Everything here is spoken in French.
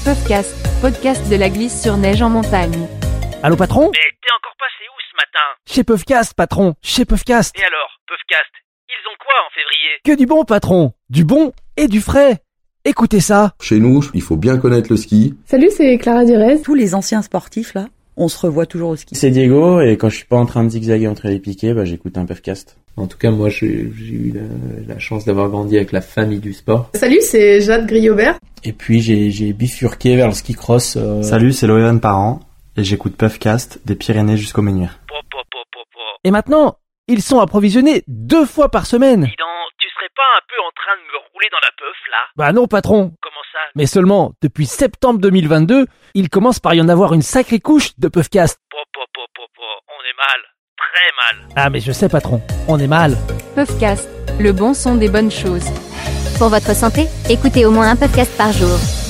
Puffcast, podcast de la glisse sur neige en montagne. Allô patron ? Mais t'es encore passé où ce matin ? Chez Puffcast patron, chez Puffcast. Et alors, Puffcast, ils ont quoi en février ? Que du bon patron, du bon et du frais. Écoutez ça. Chez nous, il faut bien connaître le ski. Salut, c'est Clara Direz. Tous les anciens sportifs là, on se revoit toujours au ski. C'est Diego et quand je suis pas en train de zigzaguer entre les piquets, j'écoute un Puffcast. En tout cas, moi, j'ai eu la chance d'avoir grandi avec la famille du sport. Salut, c'est Jade Griaubert. Et puis j'ai bifurqué vers le ski cross. Salut, c'est Loïan Parent et j'écoute Puffcast des Pyrénées jusqu'au Menhir. Et maintenant, ils sont approvisionnés 2 fois par semaine. Dis donc, tu serais pas un peu en train de me rouler dans la puff là ? Bah non patron. Comment ça ? Mais seulement, depuis septembre 2022, il commence par y en avoir une sacrée couche de Puffcast. On est mal, très mal. Ah mais je sais patron, on est mal. Puffcast, le bon son des bonnes choses. Pour votre santé, écoutez au moins un podcast par jour.